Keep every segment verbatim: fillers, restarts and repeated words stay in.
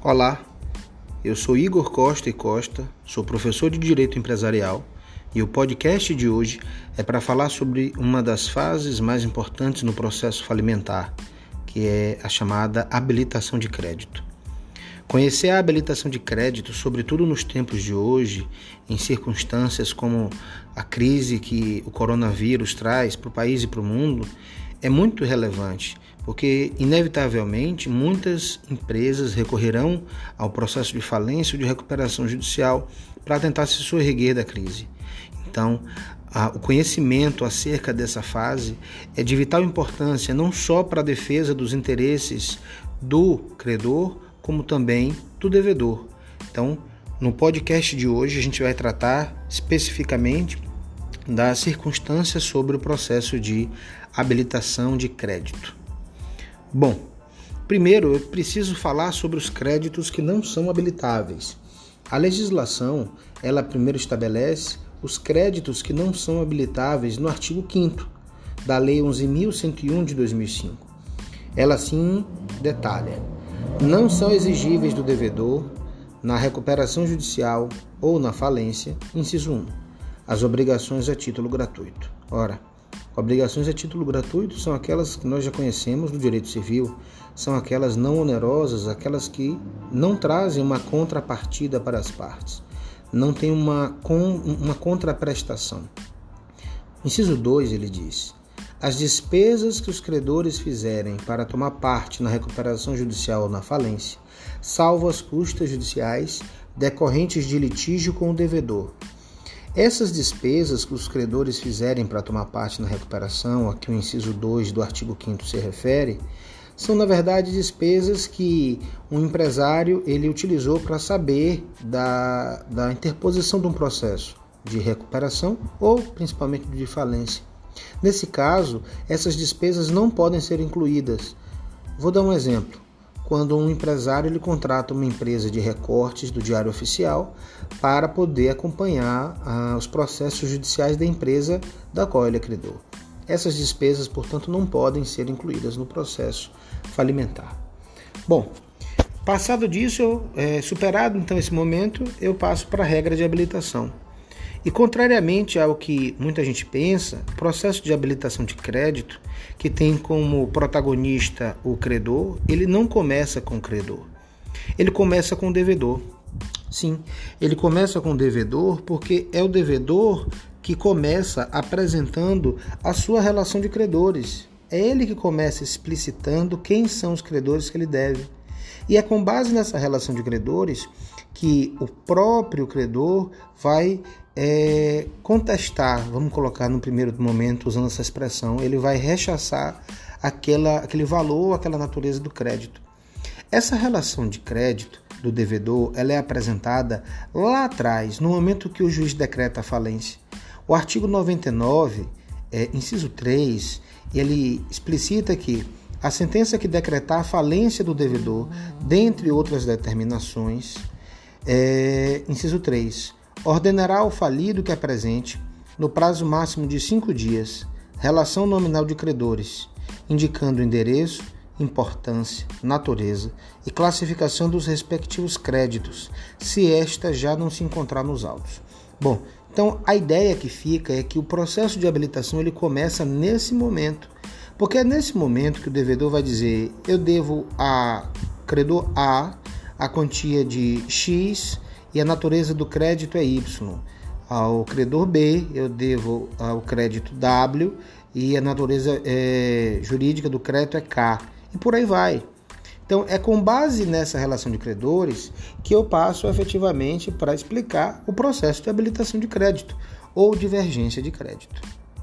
Olá, eu sou Igor Costa e Costa, sou professor de Direito Empresarial e o podcast de hoje é para falar sobre uma das fases mais importantes no processo falimentar, que é a chamada habilitação de crédito. Conhecer a habilitação de crédito, sobretudo nos tempos de hoje, em circunstâncias como a crise que o coronavírus traz para o país e para o mundo, é muito relevante, porque, inevitavelmente, muitas empresas recorrerão ao processo de falência ou de recuperação judicial para tentar se soerguer da crise. Então, a, o conhecimento acerca dessa fase é de vital importância não só para a defesa dos interesses do credor, como também do devedor. Então, no podcast de hoje, a gente vai tratar especificamente das circunstâncias sobre o processo de habilitação de crédito. Bom, primeiro eu preciso falar sobre os créditos que não são habilitáveis. A legislação, ela primeiro estabelece os créditos que não são habilitáveis no artigo quinto da Lei onze mil cento e um de dois mil e cinco. Ela assim detalha: não são exigíveis do devedor na recuperação judicial ou na falência, inciso um, as obrigações a título gratuito. Ora, obrigações a título gratuito são aquelas que nós já conhecemos do direito civil, são aquelas não onerosas, aquelas que não trazem uma contrapartida para as partes, não tem uma, uma contraprestação. Inciso dois, ele diz: as despesas que os credores fizerem para tomar parte na recuperação judicial ou na falência, salvo as custas judiciais decorrentes de litígio com o devedor. Essas despesas que os credores fizerem para tomar parte na recuperação, a que o inciso dois do artigo quinto se refere, são, na verdade, despesas que um empresário ele utilizou para saber da, da interposição de um processo de recuperação ou, principalmente, de falência. Nesse caso, essas despesas não podem ser incluídas. Vou dar um exemplo. Quando um empresário ele contrata uma empresa de recortes do Diário Oficial para poder acompanhar ah, os processos judiciais da empresa da qual ele é credor. Essas despesas, portanto, não podem ser incluídas no processo falimentar. Bom, passado disso, eu, é, superado então esse momento, eu passo para a regra de habilitação. E contrariamente ao que muita gente pensa, o processo de habilitação de crédito, que tem como protagonista o credor, ele não começa com o credor, ele começa com o devedor. Sim, ele começa com o devedor porque é o devedor que começa apresentando a sua relação de credores. É ele que começa explicitando quem são os credores que ele deve. E é com base nessa relação de credores que o próprio credor vai é, contestar, vamos colocar no primeiro momento, usando essa expressão, ele vai rechaçar aquela, aquele valor, aquela natureza do crédito. Essa relação de crédito do devedor, ela é apresentada lá atrás, no momento que o juiz decreta a falência. O artigo noventa e nove, é, inciso três, ele explicita que a sentença que decretar a falência do devedor, dentre outras determinações, é, inciso três, ordenará ao falido que apresente, no prazo máximo de cinco dias, relação nominal de credores, indicando o endereço, importância, natureza e classificação dos respectivos créditos, se esta já não se encontrar nos autos. Bom, então a ideia que fica é que o processo de habilitação ele começa nesse momento, porque é nesse momento que o devedor vai dizer: eu devo a credor A a quantia de X e a natureza do crédito é Y. Ao credor B eu devo ao crédito W e a natureza é, jurídica do crédito é K. E por aí vai. Então, é com base nessa relação de credores que eu passo efetivamente para explicar o processo de habilitação de crédito ou divergência de crédito.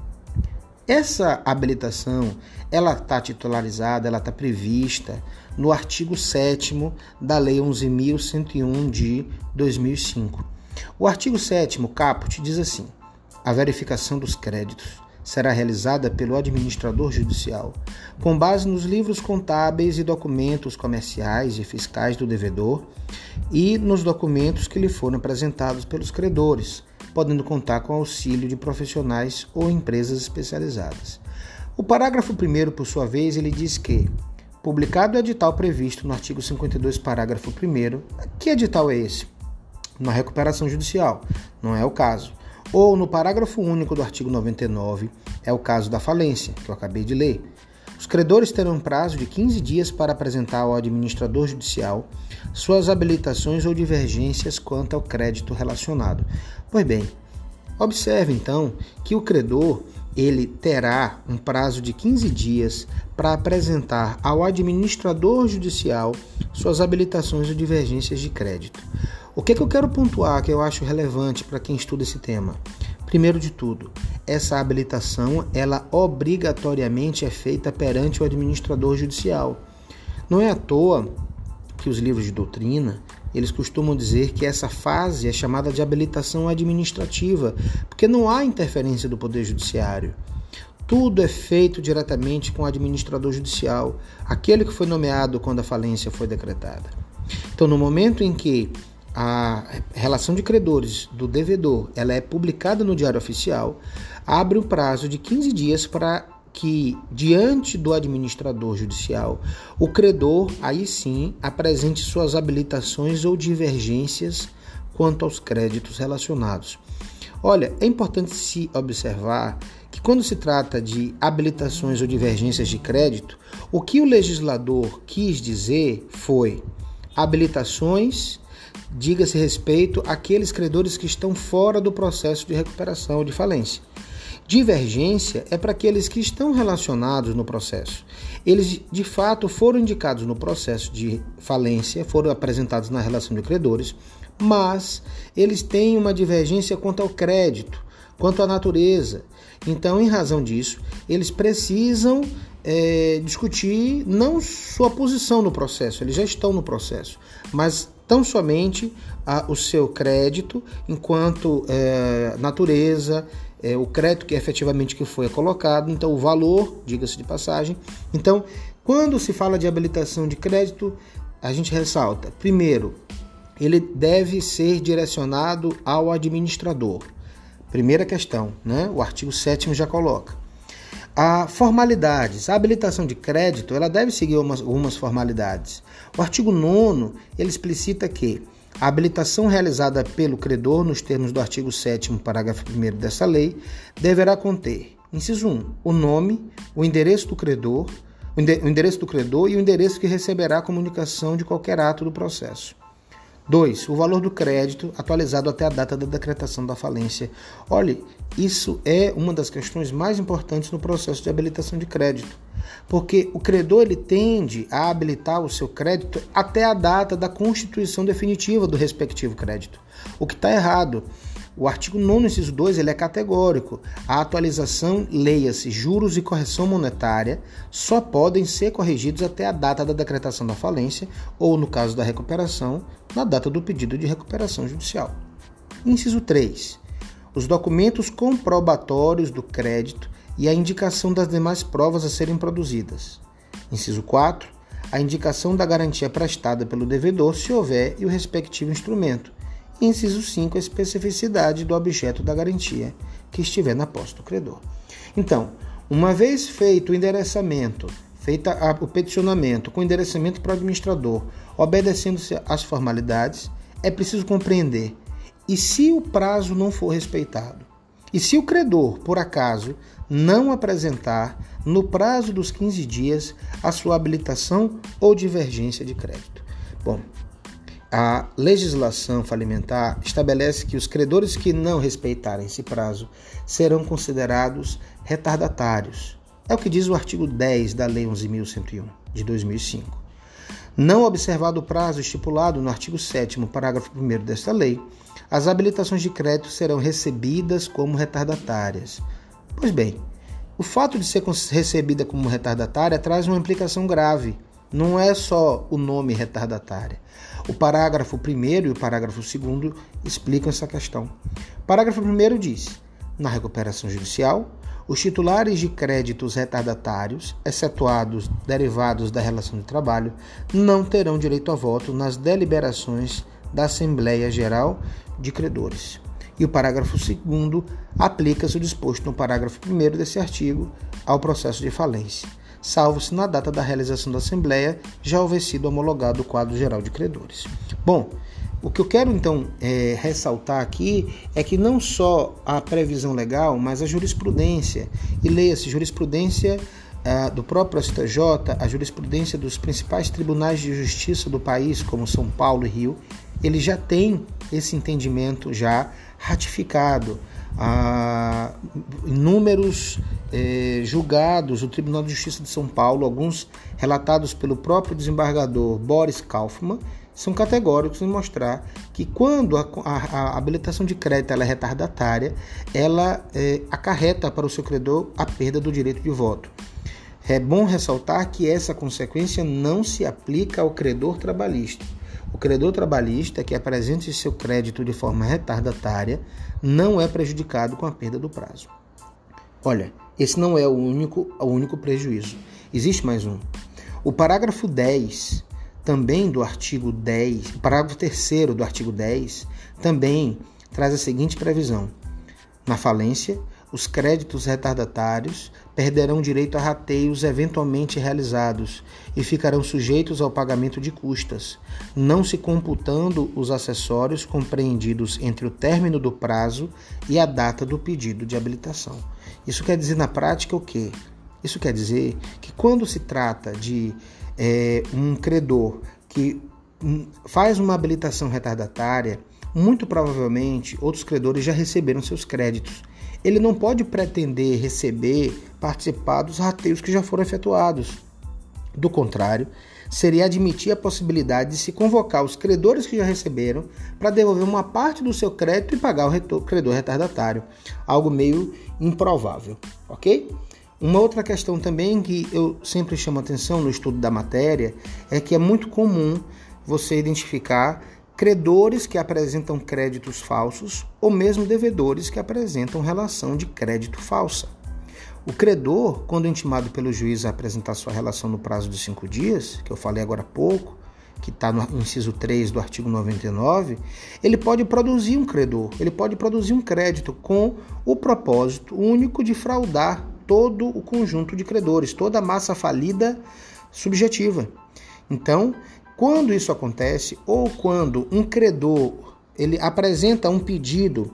Essa habilitação, ela está titularizada, ela está prevista no artigo sétimo da Lei onze mil cento e um de dois mil e cinco. O artigo sétimo, caput, diz assim: a verificação dos créditos será realizada pelo administrador judicial, com base nos livros contábeis e documentos comerciais e fiscais do devedor e nos documentos que lhe foram apresentados pelos credores, podendo contar com auxílio de profissionais ou empresas especializadas. O parágrafo primeiro, por sua vez, ele diz que, publicado o edital previsto no artigo cinquenta e dois, parágrafo primeiro, que edital é esse? Na recuperação judicial, não é o caso. Ou no parágrafo único do artigo noventa e nove, é o caso da falência, que eu acabei de ler. Os credores terão prazo de quinze dias para apresentar ao administrador judicial suas habilitações ou divergências quanto ao crédito relacionado. Pois bem, observe então que o credor ele terá um prazo de quinze dias para apresentar ao administrador judicial suas habilitações ou divergências de crédito. O que, é que eu quero pontuar que eu acho relevante para quem estuda esse tema? Primeiro de tudo, essa habilitação, ela obrigatoriamente é feita perante o administrador judicial. Não é à toa que os livros de doutrina, eles costumam dizer que essa fase é chamada de habilitação administrativa, porque não há interferência do Poder Judiciário. Tudo é feito diretamente com o administrador judicial, aquele que foi nomeado quando a falência foi decretada. Então, no momento em que a relação de credores do devedor ela é publicada no Diário Oficial, abre um prazo de quinze dias para que, diante do administrador judicial, o credor, aí sim, apresente suas habilitações ou divergências quanto aos créditos relacionados. Olha, é importante se observar que quando se trata de habilitações ou divergências de crédito, o que o legislador quis dizer foi habilitações, diga-se respeito àqueles credores que estão fora do processo de recuperação ou de falência. Divergência é para aqueles que estão relacionados no processo. Eles, de fato, foram indicados no processo de falência, foram apresentados na relação de credores, mas eles têm uma divergência quanto ao crédito, quanto à natureza. Então, em razão disso, eles precisam é, discutir não sua posição no processo, eles já estão no processo, mas tão somente a, o seu crédito enquanto é, natureza, é, o crédito que efetivamente que foi colocado, então o valor, diga-se de passagem. Então, quando se fala de habilitação de crédito, a gente ressalta, primeiro, ele deve ser direcionado ao administrador. Primeira questão, né? O artigo sétimo já coloca. A formalidades, a habilitação de crédito, ela deve seguir umas, umas formalidades. O artigo nono, ele explicita que a habilitação realizada pelo credor, nos termos do artigo sétimo, parágrafo primeiro dessa lei, deverá conter, inciso um, o nome, o endereço do credor, o endereço do credor e o endereço que receberá a comunicação de qualquer ato do processo. dois. O valor do crédito atualizado até a data da decretação da falência. Olha, isso é uma das questões mais importantes no processo de habilitação de crédito, porque o credor ele tende a habilitar o seu crédito até a data da constituição definitiva do respectivo crédito, o que está errado. O artigo nono, inciso dois, ele é categórico. A atualização, leia-se, juros e correção monetária, só podem ser corrigidos até a data da decretação da falência ou, no caso da recuperação, na data do pedido de recuperação judicial. Inciso três. Os documentos comprobatórios do crédito e a indicação das demais provas a serem produzidas. Inciso quatro. A indicação da garantia prestada pelo devedor, se houver, e o respectivo instrumento. Inciso cinco, a especificidade do objeto da garantia que estiver na posse do credor. Então, uma vez feito o endereçamento, feito o peticionamento com endereçamento para o administrador, obedecendo-se às formalidades, é preciso compreender. E se o prazo não for respeitado? E se o credor, por acaso, não apresentar, no prazo dos quinze dias, a sua habilitação ou divergência de crédito? Bom, a legislação falimentar estabelece que os credores que não respeitarem esse prazo serão considerados retardatários. É o que diz o artigo dez da Lei onze mil cento e um, de dois mil e cinco. Não observado o prazo estipulado no artigo sétimo, parágrafo primeiro desta lei, as habilitações de crédito serão recebidas como retardatárias. Pois bem, o fato de ser recebida como retardatária traz uma implicação grave. Não é só o nome retardatária. O parágrafo primeiro e o parágrafo segundo explicam essa questão. O parágrafo primeiro diz: na recuperação judicial, os titulares de créditos retardatários, excetuados derivados da relação de trabalho, não terão direito a voto nas deliberações da Assembleia Geral de Credores. E o parágrafo segundo aplica-se o disposto no parágrafo primeiro desse artigo ao processo de falência. salvo se na data da realização da Assembleia já houver sido homologado o quadro geral de credores. Bom, o que eu quero então é, ressaltar aqui é que não só a previsão legal, mas a jurisprudência, e leia-se jurisprudência ah, do próprio S T J, a jurisprudência dos principais tribunais de justiça do país, como São Paulo e Rio, ele já tem esse entendimento já ratificado. Ah, inúmeros eh, julgados do Tribunal de Justiça de São Paulo, alguns relatados pelo próprio desembargador Boris Kaufmann, são categóricos em mostrar que quando a, a, a habilitação de crédito ela é retardatária, ela eh, acarreta para o seu credor a perda do direito de voto. É bom ressaltar que essa consequência não se aplica ao credor trabalhista. O credor trabalhista que apresente seu crédito de forma retardatária não é prejudicado com a perda do prazo. Olha, esse não é o único, o único prejuízo. Existe mais um. O parágrafo dez, também do artigo dez, o parágrafo terceiro do artigo dez, também traz a seguinte previsão. Na falência, os créditos retardatários perderão direito a rateios eventualmente realizados e ficarão sujeitos ao pagamento de custas, não se computando os acessórios compreendidos entre o término do prazo e a data do pedido de habilitação. Isso quer dizer na prática o quê? Isso quer dizer que quando se trata de é, um credor que faz uma habilitação retardatária, muito provavelmente outros credores já receberam seus créditos. Ele não pode pretender receber, participar dos rateios que já foram efetuados. Do contrário, seria admitir a possibilidade de se convocar os credores que já receberam para devolver uma parte do seu crédito e pagar o credor retardatário. Algo meio improvável, ok? Uma outra questão também que eu sempre chamo atenção no estudo da matéria é que é muito comum você identificar credores que apresentam créditos falsos ou mesmo devedores que apresentam relação de crédito falsa. O credor, quando intimado pelo juiz a apresentar sua relação no prazo de cinco dias, que eu falei agora há pouco, que está no inciso três do artigo noventa e nove, ele pode produzir um credor, ele pode produzir um crédito com o propósito único de fraudar todo o conjunto de credores, toda a massa falida subjetiva. Então, quando isso acontece, ou quando um credor ele apresenta um pedido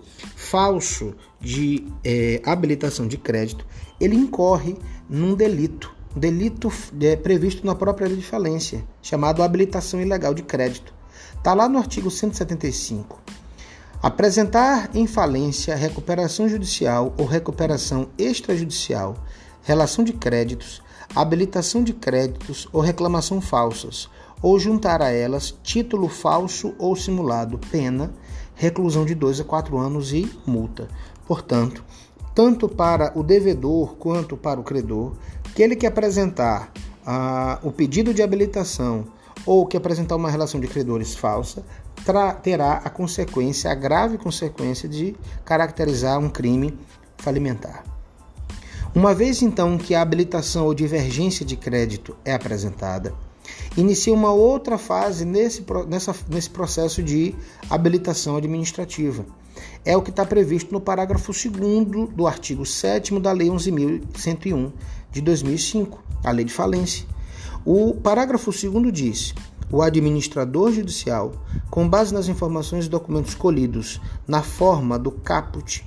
falso de é, habilitação de crédito, ele incorre num delito, um delito é, previsto na própria lei de falência, chamado habilitação ilegal de crédito. Está lá no artigo cento e setenta e cinco. Apresentar em falência recuperação judicial ou recuperação extrajudicial, relação de créditos, habilitação de créditos ou reclamação falsas, ou juntar a elas título falso ou simulado, pena, reclusão de dois a quatro anos e multa. Portanto, tanto para o devedor quanto para o credor, aquele que apresentar ah, o pedido de habilitação ou que apresentar uma relação de credores falsa, tra- terá a consequência, a grave consequência de caracterizar um crime falimentar. Uma vez então que a habilitação ou divergência de crédito é apresentada, inicia uma outra fase nesse, nessa, nesse processo de habilitação administrativa. É o que está previsto no parágrafo segundo do artigo sétimo da Lei onze mil cento e um de dois mil e cinco, a Lei de Falência. O parágrafo segundo diz: o administrador judicial, com base nas informações e documentos colhidos na forma do caput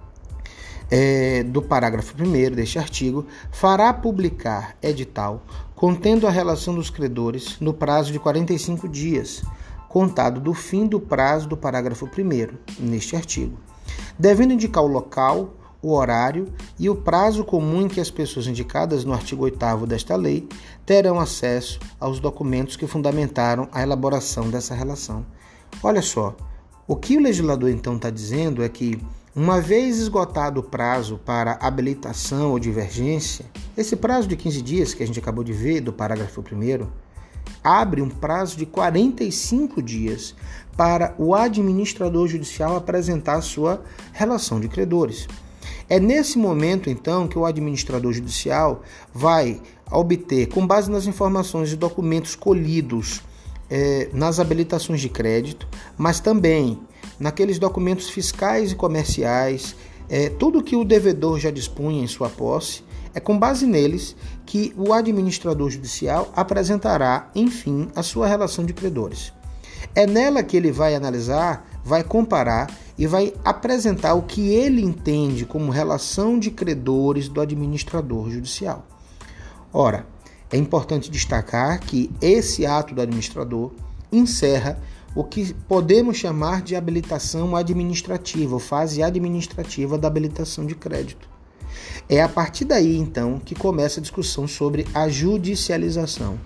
é, do parágrafo primeiro deste artigo, fará publicar edital contendo a relação dos credores no prazo de quarenta e cinco dias, contado do fim do prazo do parágrafo primeiro neste artigo, devendo indicar o local, o horário e o prazo comum em que as pessoas indicadas no artigo oitavo desta lei terão acesso aos documentos que fundamentaram a elaboração dessa relação. Olha só, o que o legislador então está dizendo é que, uma vez esgotado o prazo para habilitação ou divergência, esse prazo de quinze dias que a gente acabou de ver do parágrafo primeiro, abre um prazo de quarenta e cinco dias para o administrador judicial apresentar sua relação de credores. É nesse momento, então, que o administrador judicial vai obter, com base nas informações e documentos colhidos eh, nas habilitações de crédito, mas também naqueles documentos fiscais e comerciais é, tudo que o devedor já dispunha em sua posse, é com base neles que o administrador judicial apresentará, enfim, a sua relação de credores. É nela que ele vai analisar, vai comparar e vai apresentar o que ele entende como relação de credores do administrador judicial. Ora, é importante destacar que esse ato do administrador encerra o que podemos chamar de habilitação administrativa, ou fase administrativa da habilitação de crédito. É a partir daí, então, que começa a discussão sobre a judicialização.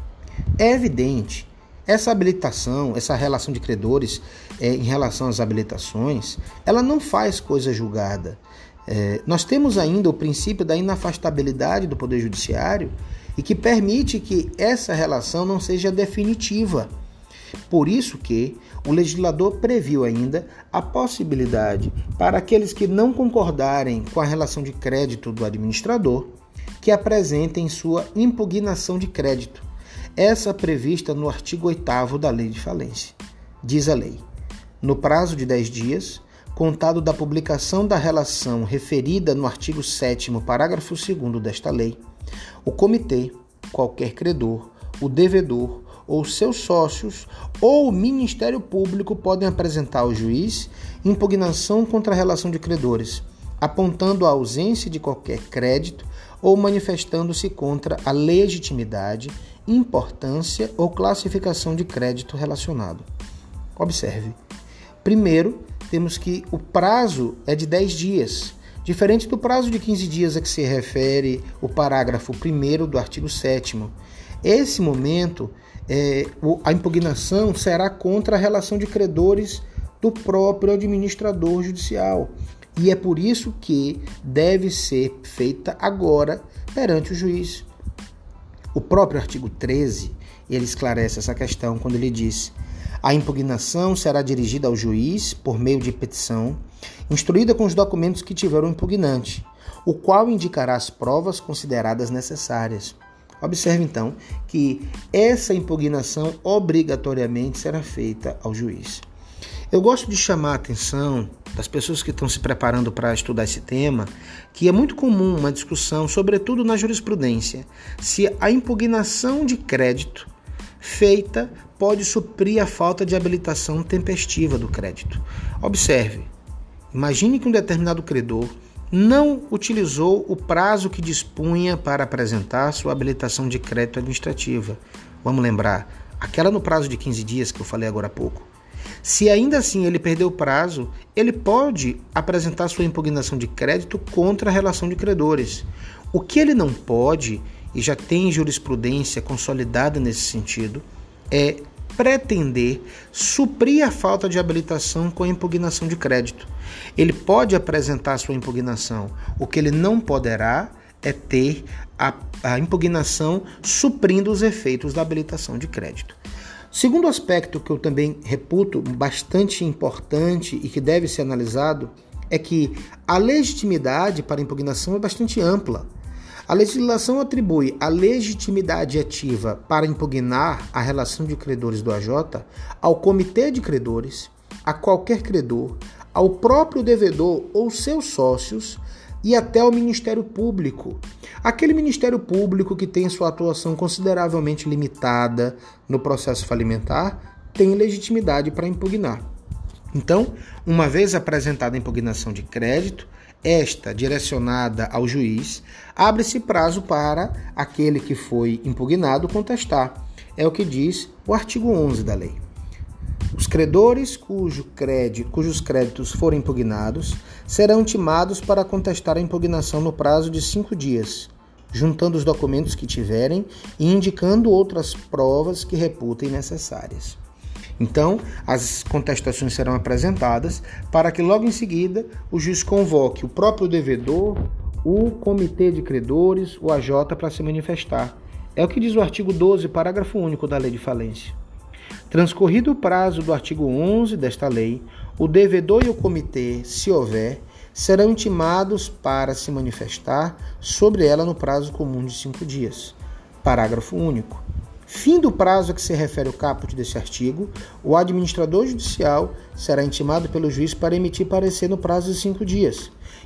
É evidente, essa habilitação, essa relação de credores é, em relação às habilitações, ela não faz coisa julgada. É, nós temos ainda o princípio da inafastabilidade do Poder Judiciário e que permite que essa relação não seja definitiva. Por isso que o legislador previu ainda a possibilidade para aqueles que não concordarem com a relação de crédito do administrador que apresentem sua impugnação de crédito, essa prevista no artigo oitavo da Lei de Falência. Diz a lei: no prazo de dez dias, contado da publicação da relação referida no artigo sétimo, parágrafo segundo desta lei, o comitê, qualquer credor, o devedor ou seus sócios ou o Ministério Público podem apresentar ao juiz impugnação contra a relação de credores, apontando a ausência de qualquer crédito ou manifestando-se contra a legitimidade, importância ou classificação de crédito relacionado. Observe. Primeiro, temos que o prazo é de dez dias, diferente do prazo de quinze dias a que se refere o parágrafo primeiro do artigo sétimo. Esse momento, é, a impugnação será contra a relação de credores do próprio administrador judicial. E é por isso que deve ser feita agora perante o juiz. O próprio artigo treze, ele esclarece essa questão quando ele diz: a impugnação será dirigida ao juiz por meio de petição, instruída com os documentos que tiver o impugnante, o qual indicará as provas consideradas necessárias. Observe, então, que essa impugnação obrigatoriamente será feita ao juiz. Eu gosto de chamar a atenção das pessoas que estão se preparando para estudar esse tema, que é muito comum uma discussão, sobretudo na jurisprudência, se a impugnação de crédito feita pode suprir a falta de habilitação tempestiva do crédito. Observe, imagine que um determinado credor não utilizou o prazo que dispunha para apresentar sua habilitação de crédito administrativa. Vamos lembrar, aquela no prazo de quinze dias que eu falei agora há pouco. Se ainda assim ele perdeu o prazo, ele pode apresentar sua impugnação de crédito contra a relação de credores. O que ele não pode, e já tem jurisprudência consolidada nesse sentido, é pretender suprir a falta de habilitação com a impugnação de crédito. Ele pode apresentar sua impugnação. O que ele não poderá é ter a, a impugnação suprindo os efeitos da habilitação de crédito. Segundo aspecto que eu também reputo bastante importante e que deve ser analisado é que a legitimidade para a impugnação é bastante ampla. A legislação atribui a legitimidade ativa para impugnar a relação de credores do A J ao comitê de credores, a qualquer credor, ao próprio devedor ou seus sócios e até ao Ministério Público. Aquele Ministério Público que tem sua atuação consideravelmente limitada no processo falimentar tem legitimidade para impugnar. Então, uma vez apresentada a impugnação de crédito, esta direcionada ao juiz, abre-se prazo para aquele que foi impugnado contestar. É o que diz o artigo onze da lei. Os credores cujo crédito, cujos créditos forem impugnados serão intimados para contestar a impugnação no prazo de cinco dias, juntando os documentos que tiverem e indicando outras provas que reputem necessárias. Então, as contestações serão apresentadas para que logo em seguida o juiz convoque o próprio devedor, o comitê de credores, o A J, para se manifestar. É o que diz o artigo doze, parágrafo único da Lei de Falência. Transcorrido o prazo do artigo onze desta lei, o devedor e o comitê, se houver, serão intimados para se manifestar sobre ela no prazo comum de cinco dias. Parágrafo único. Fim do prazo a que se refere o caput desse artigo, o administrador judicial será intimado pelo juiz para emitir parecer no prazo de cinco dias.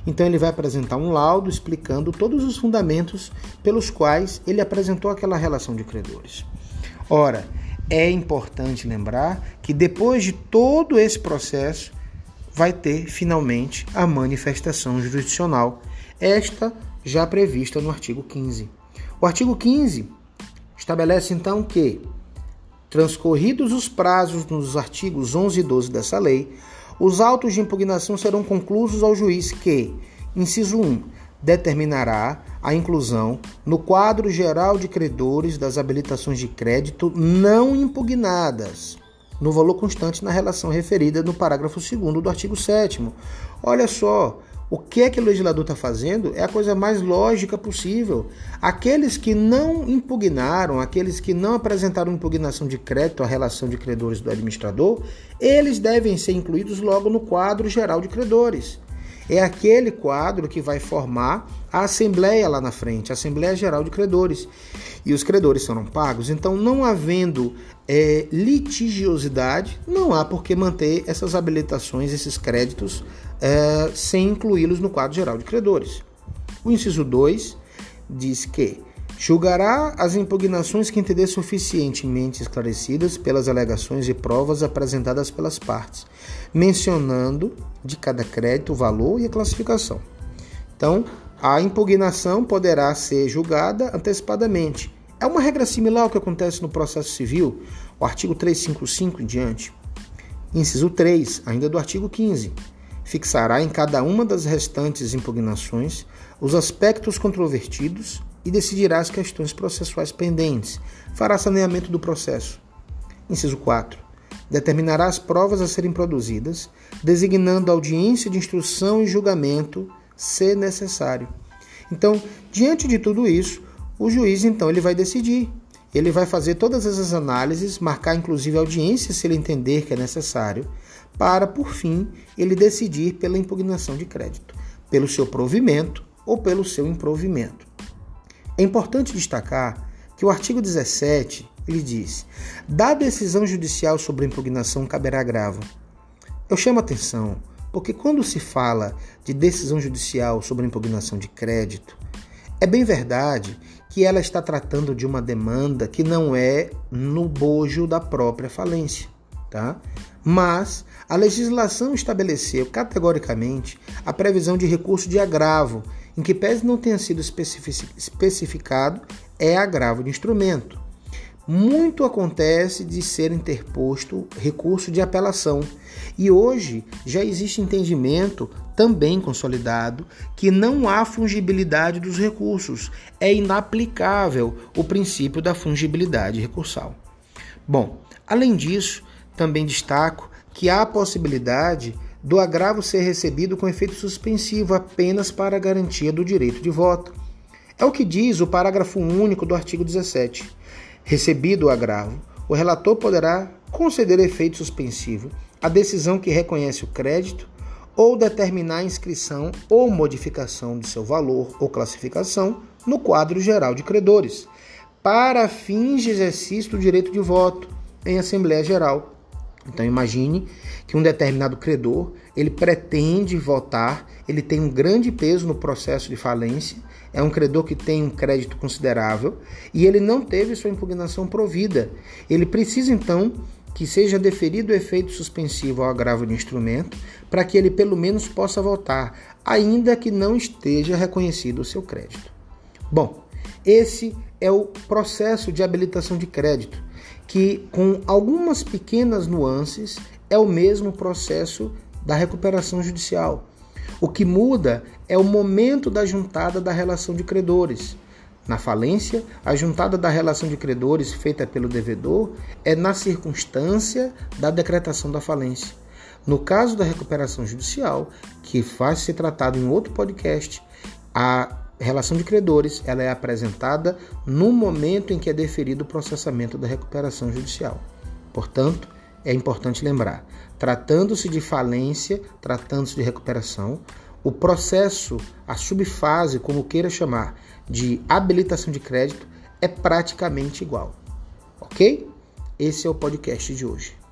Então ele vai apresentar um laudo explicando todos os fundamentos pelos quais ele apresentou aquela relação de credores. Ora, é importante lembrar que depois de todo esse processo vai ter finalmente a manifestação jurisdicional, esta já prevista no artigo quinze. O artigo quinze estabelece então que, transcorridos os prazos nos artigos onze e doze dessa lei, os autos de impugnação serão conclusos ao juiz que, inciso um, determinará a inclusão no quadro geral de credores das habilitações de crédito não impugnadas, no valor constante na relação referida no parágrafo segundo do artigo sétimo. Olha só, o que é que o legislador está fazendo é a coisa mais lógica possível. Aqueles que não impugnaram, aqueles que não apresentaram impugnação de crédito à relação de credores do administrador, eles devem ser incluídos logo no quadro geral de credores. É aquele quadro que vai formar a Assembleia lá na frente, a Assembleia Geral de Credores. E os credores serão pagos. Então, não havendo é, litigiosidade, não há por que manter essas habilitações, esses créditos, é, sem incluí-los no quadro geral de credores. O inciso dois diz que julgará as impugnações que entender suficientemente esclarecidas pelas alegações e provas apresentadas pelas partes, mencionando de cada crédito o valor e a classificação. Então, a impugnação poderá ser julgada antecipadamente. É uma regra similar ao que acontece no processo civil, o artigo trezentos e cinquenta e cinco em diante. Inciso três, ainda do artigo quinze, fixará em cada uma das restantes impugnações os aspectos controvertidos e decidirá as questões processuais pendentes, fará saneamento do processo. Inciso quatro. Determinará as provas a serem produzidas, designando audiência de instrução e julgamento, se necessário. Então, diante de tudo isso, o juiz, então, ele vai decidir. Ele vai fazer todas essas análises, marcar inclusive audiência, se ele entender que é necessário, para, por fim, ele decidir pela impugnação de crédito, pelo seu provimento ou pelo seu improvimento. É importante destacar que o artigo dezessete, ele diz: da decisão judicial sobre a impugnação caberá agravo. Eu chamo a atenção, porque quando se fala de decisão judicial sobre a impugnação de crédito, é bem verdade que ela está tratando de uma demanda que não é no bojo da própria falência, tá? Mas a legislação estabeleceu categoricamente a previsão de recurso de agravo, em que pese não tenha sido especificado, é agravo de instrumento. Muito acontece de ser interposto recurso de apelação. E hoje já existe entendimento também consolidado que não há fungibilidade dos recursos. É inaplicável o princípio da fungibilidade recursal. Bom, além disso, também destaco que há a possibilidade do agravo ser recebido com efeito suspensivo apenas para a garantia do direito de voto. É o que diz o parágrafo único do artigo dezessete. Recebido o agravo, o relator poderá conceder efeito suspensivo à decisão que reconhece o crédito ou determinar a inscrição ou modificação de seu valor ou classificação no quadro geral de credores, para fins de exercício do direito de voto em Assembleia Geral. Então imagine que um determinado credor, ele pretende votar, ele tem um grande peso no processo de falência, é um credor que tem um crédito considerável e ele não teve sua impugnação provida. Ele precisa então que seja deferido o efeito suspensivo ao agravo de instrumento para que ele pelo menos possa votar, ainda que não esteja reconhecido o seu crédito. Bom, esse é o processo de habilitação de crédito, que com algumas pequenas nuances é o mesmo processo da recuperação judicial. O que muda é o momento da juntada da relação de credores. Na falência, a juntada da relação de credores feita pelo devedor é na circunstância da decretação da falência. No caso da recuperação judicial, que vai ser tratado em outro podcast, a relação de credores ela é apresentada no momento em que é deferido o processamento da recuperação judicial. Portanto, é importante lembrar, tratando-se de falência, tratando-se de recuperação, o processo, a subfase, como queira chamar, de habilitação de crédito é praticamente igual. Ok? Esse é o podcast de hoje.